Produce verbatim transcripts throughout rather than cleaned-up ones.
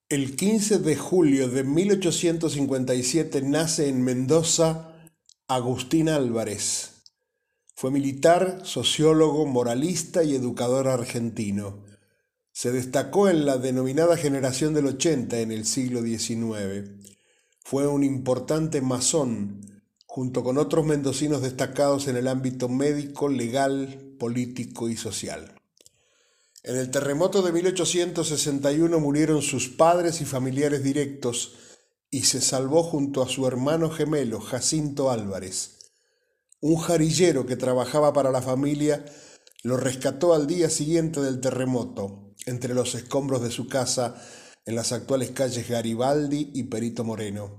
El quince de julio de mil ochocientos cincuenta y siete nace en Mendoza Agustín Álvarez. Fue militar, sociólogo, moralista y educador argentino. Se destacó en la denominada generación del ochenta en el siglo diecinueve. Fue un importante masón, junto con otros mendocinos destacados en el ámbito médico, legal, político y social. En el terremoto de mil ochocientos sesenta y uno murieron sus padres y familiares directos y se salvó junto a su hermano gemelo, Jacinto Álvarez. Un jarillero que trabajaba para la familia lo rescató al día siguiente del terremoto, entre los escombros de su casa en las actuales calles Garibaldi y Perito Moreno.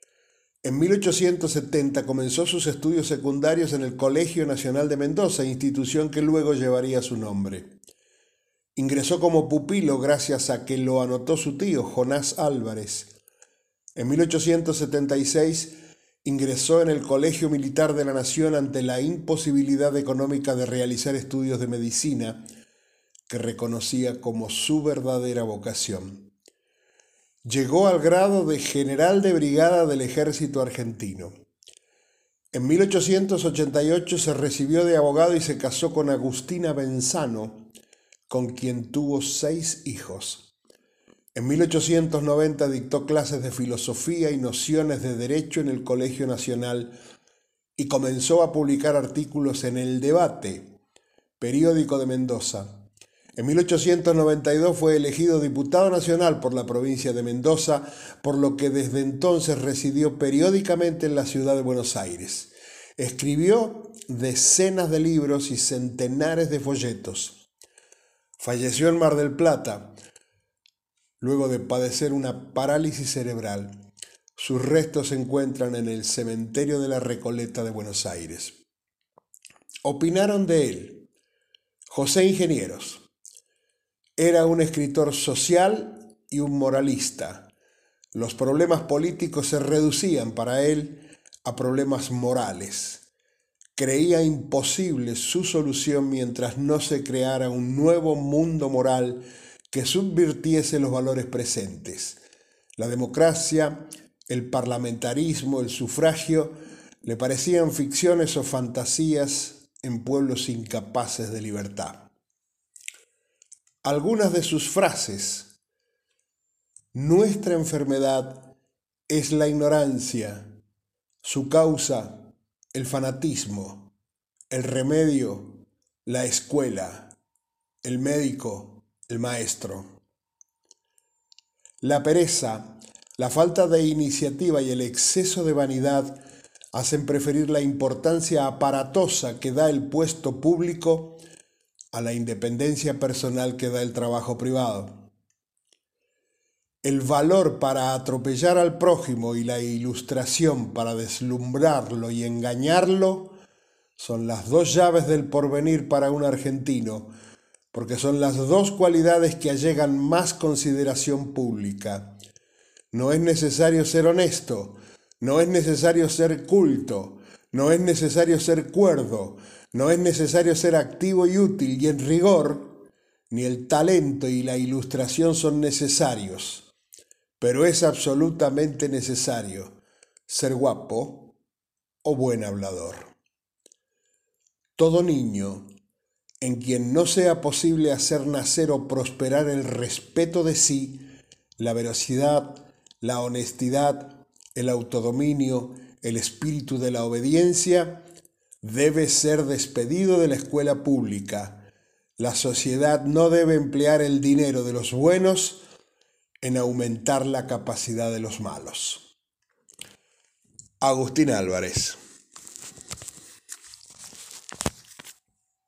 En mil ochocientos setenta comenzó sus estudios secundarios en el Colegio Nacional de Mendoza, institución que luego llevaría su nombre. Ingresó como pupilo gracias a que lo anotó su tío, Jonás Álvarez. En mil ochocientos setenta y seis ingresó en el Colegio Militar de la Nación ante la imposibilidad económica de realizar estudios de medicina, que reconocía como su verdadera vocación. Llegó al grado de general de brigada del ejército argentino. En mil ochocientos ochenta y ocho se recibió de abogado y se casó con Agustina Benzano, con quien tuvo seis hijos. En mil ochocientos noventa dictó clases de filosofía y nociones de derecho en el Colegio Nacional y comenzó a publicar artículos en El Debate, periódico de Mendoza. En mil ochocientos noventa y dos fue elegido diputado nacional por la provincia de Mendoza, por lo que desde entonces residió periódicamente en la ciudad de Buenos Aires. Escribió decenas de libros y centenares de folletos. Falleció en Mar del Plata, luego de padecer una parálisis cerebral. Sus restos se encuentran en el cementerio de la Recoleta de Buenos Aires. Opinaron de él José Ingenieros. Era un escritor social y un moralista. Los problemas políticos se reducían para él a problemas morales. Creía imposible su solución mientras no se creara un nuevo mundo moral que subvirtiese los valores presentes. La democracia, el parlamentarismo, el sufragio le parecían ficciones o fantasías en pueblos incapaces de libertad. Algunas de sus frases: nuestra enfermedad es la ignorancia, su causa el fanatismo, el remedio, la escuela, el médico, el maestro. La pereza, la falta de iniciativa y el exceso de vanidad hacen preferir la importancia aparatosa que da el puesto público a la independencia personal que da el trabajo privado. El valor para atropellar al prójimo y la ilustración para deslumbrarlo y engañarlo son las dos llaves del porvenir para un argentino, porque son las dos cualidades que allegan más consideración pública. No es necesario ser honesto, no es necesario ser culto, no es necesario ser cuerdo, no es necesario ser activo y útil, y en rigor, ni el talento y la ilustración son necesarios. Pero es absolutamente necesario ser guapo o buen hablador. Todo niño en quien no sea posible hacer nacer o prosperar el respeto de sí, la veracidad, la honestidad, el autodominio, el espíritu de la obediencia, debe ser despedido de la escuela pública. La sociedad no debe emplear el dinero de los buenos en aumentar la capacidad de los malos. Agustín Álvarez.